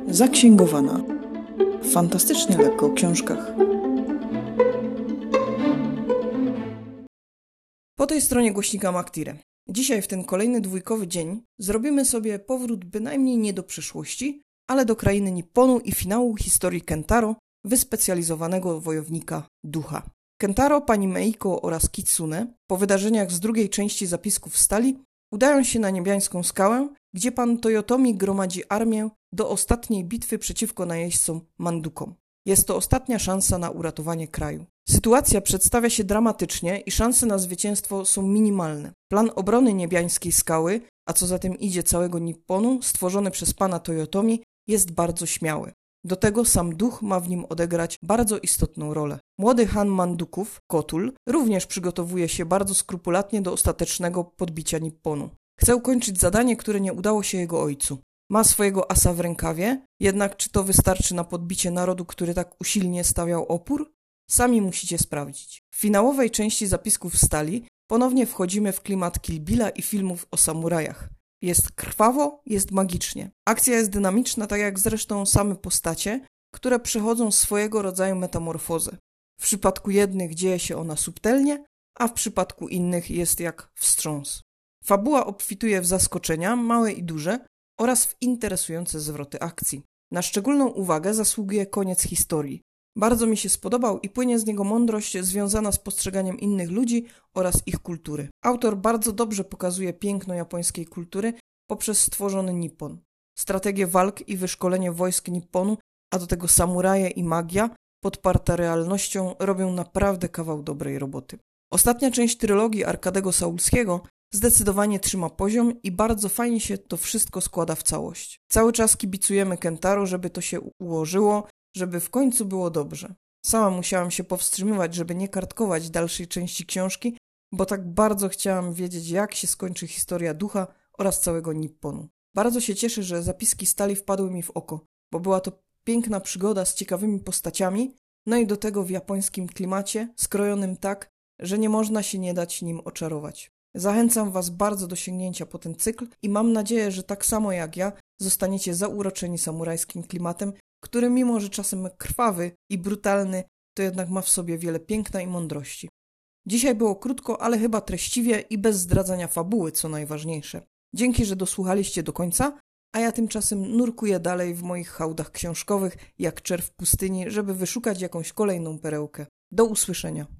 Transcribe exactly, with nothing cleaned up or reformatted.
Zaksięgowana. Fantastycznie lekko o książkach. Po tej stronie głośnika Maktire. Dzisiaj w ten kolejny dwójkowy dzień zrobimy sobie powrót bynajmniej nie do przeszłości, ale do krainy Nipponu i finału historii Kentaro, wyspecjalizowanego wojownika ducha. Kentaro, pani Meiko oraz Kitsune po wydarzeniach z drugiej części Zapisków Stali udają się na niebiańską skałę, gdzie pan Toyotomi gromadzi armię do ostatniej bitwy przeciwko najeźdźcom Mandukom. Jest to ostatnia szansa na uratowanie kraju. Sytuacja przedstawia się dramatycznie i szanse na zwycięstwo są minimalne. Plan obrony niebiańskiej skały, a co za tym idzie całego Nipponu, stworzony przez pana Toyotomi, jest bardzo śmiały. Do tego sam duch ma w nim odegrać bardzo istotną rolę. Młody Han Manduków, Kotul, również przygotowuje się bardzo skrupulatnie do ostatecznego podbicia Nipponu. Chce ukończyć zadanie, które nie udało się jego ojcu. Ma swojego asa w rękawie, jednak czy to wystarczy na podbicie narodu, który tak usilnie stawiał opór? Sami musicie sprawdzić. W finałowej części Zapisków Stali ponownie wchodzimy w klimat Kill Billa i filmów o samurajach. Jest krwawo, jest magicznie. Akcja jest dynamiczna, tak jak zresztą same postacie, które przechodzą swojego rodzaju metamorfozę. W przypadku jednych dzieje się ona subtelnie, a w przypadku innych jest jak wstrząs. Fabuła obfituje w zaskoczenia, małe i duże, oraz w interesujące zwroty akcji. Na szczególną uwagę zasługuje koniec historii. Bardzo mi się spodobał i płynie z niego mądrość związana z postrzeganiem innych ludzi oraz ich kultury. Autor bardzo dobrze pokazuje piękno japońskiej kultury poprzez stworzony Nippon. Strategię walk i wyszkolenie wojsk Nipponu, a do tego samuraje i magia, podparta realnością, robią naprawdę kawał dobrej roboty. Ostatnia część trylogii Arkadego Saulskiego zdecydowanie trzyma poziom i bardzo fajnie się to wszystko składa w całość. Cały czas kibicujemy Kentaro, żeby to się ułożyło, żeby w końcu było dobrze. Sama musiałam się powstrzymywać, żeby nie kartkować dalszej części książki, bo tak bardzo chciałam wiedzieć, jak się skończy historia ducha oraz całego Nipponu. Bardzo się cieszę, że Zapiski Stali wpadły mi w oko, bo była to piękna przygoda z ciekawymi postaciami, no i do tego w japońskim klimacie, skrojonym tak, że nie można się nie dać nim oczarować. Zachęcam Was bardzo do sięgnięcia po ten cykl i mam nadzieję, że tak samo jak ja zostaniecie zauroczeni samurajskim klimatem, który mimo, że czasem krwawy i brutalny, to jednak ma w sobie wiele piękna i mądrości. Dzisiaj było krótko, ale chyba treściwie i bez zdradzania fabuły, co najważniejsze. Dzięki, że dosłuchaliście do końca, a ja tymczasem nurkuję dalej w moich hałdach książkowych jak czerw w pustyni, żeby wyszukać jakąś kolejną perełkę. Do usłyszenia.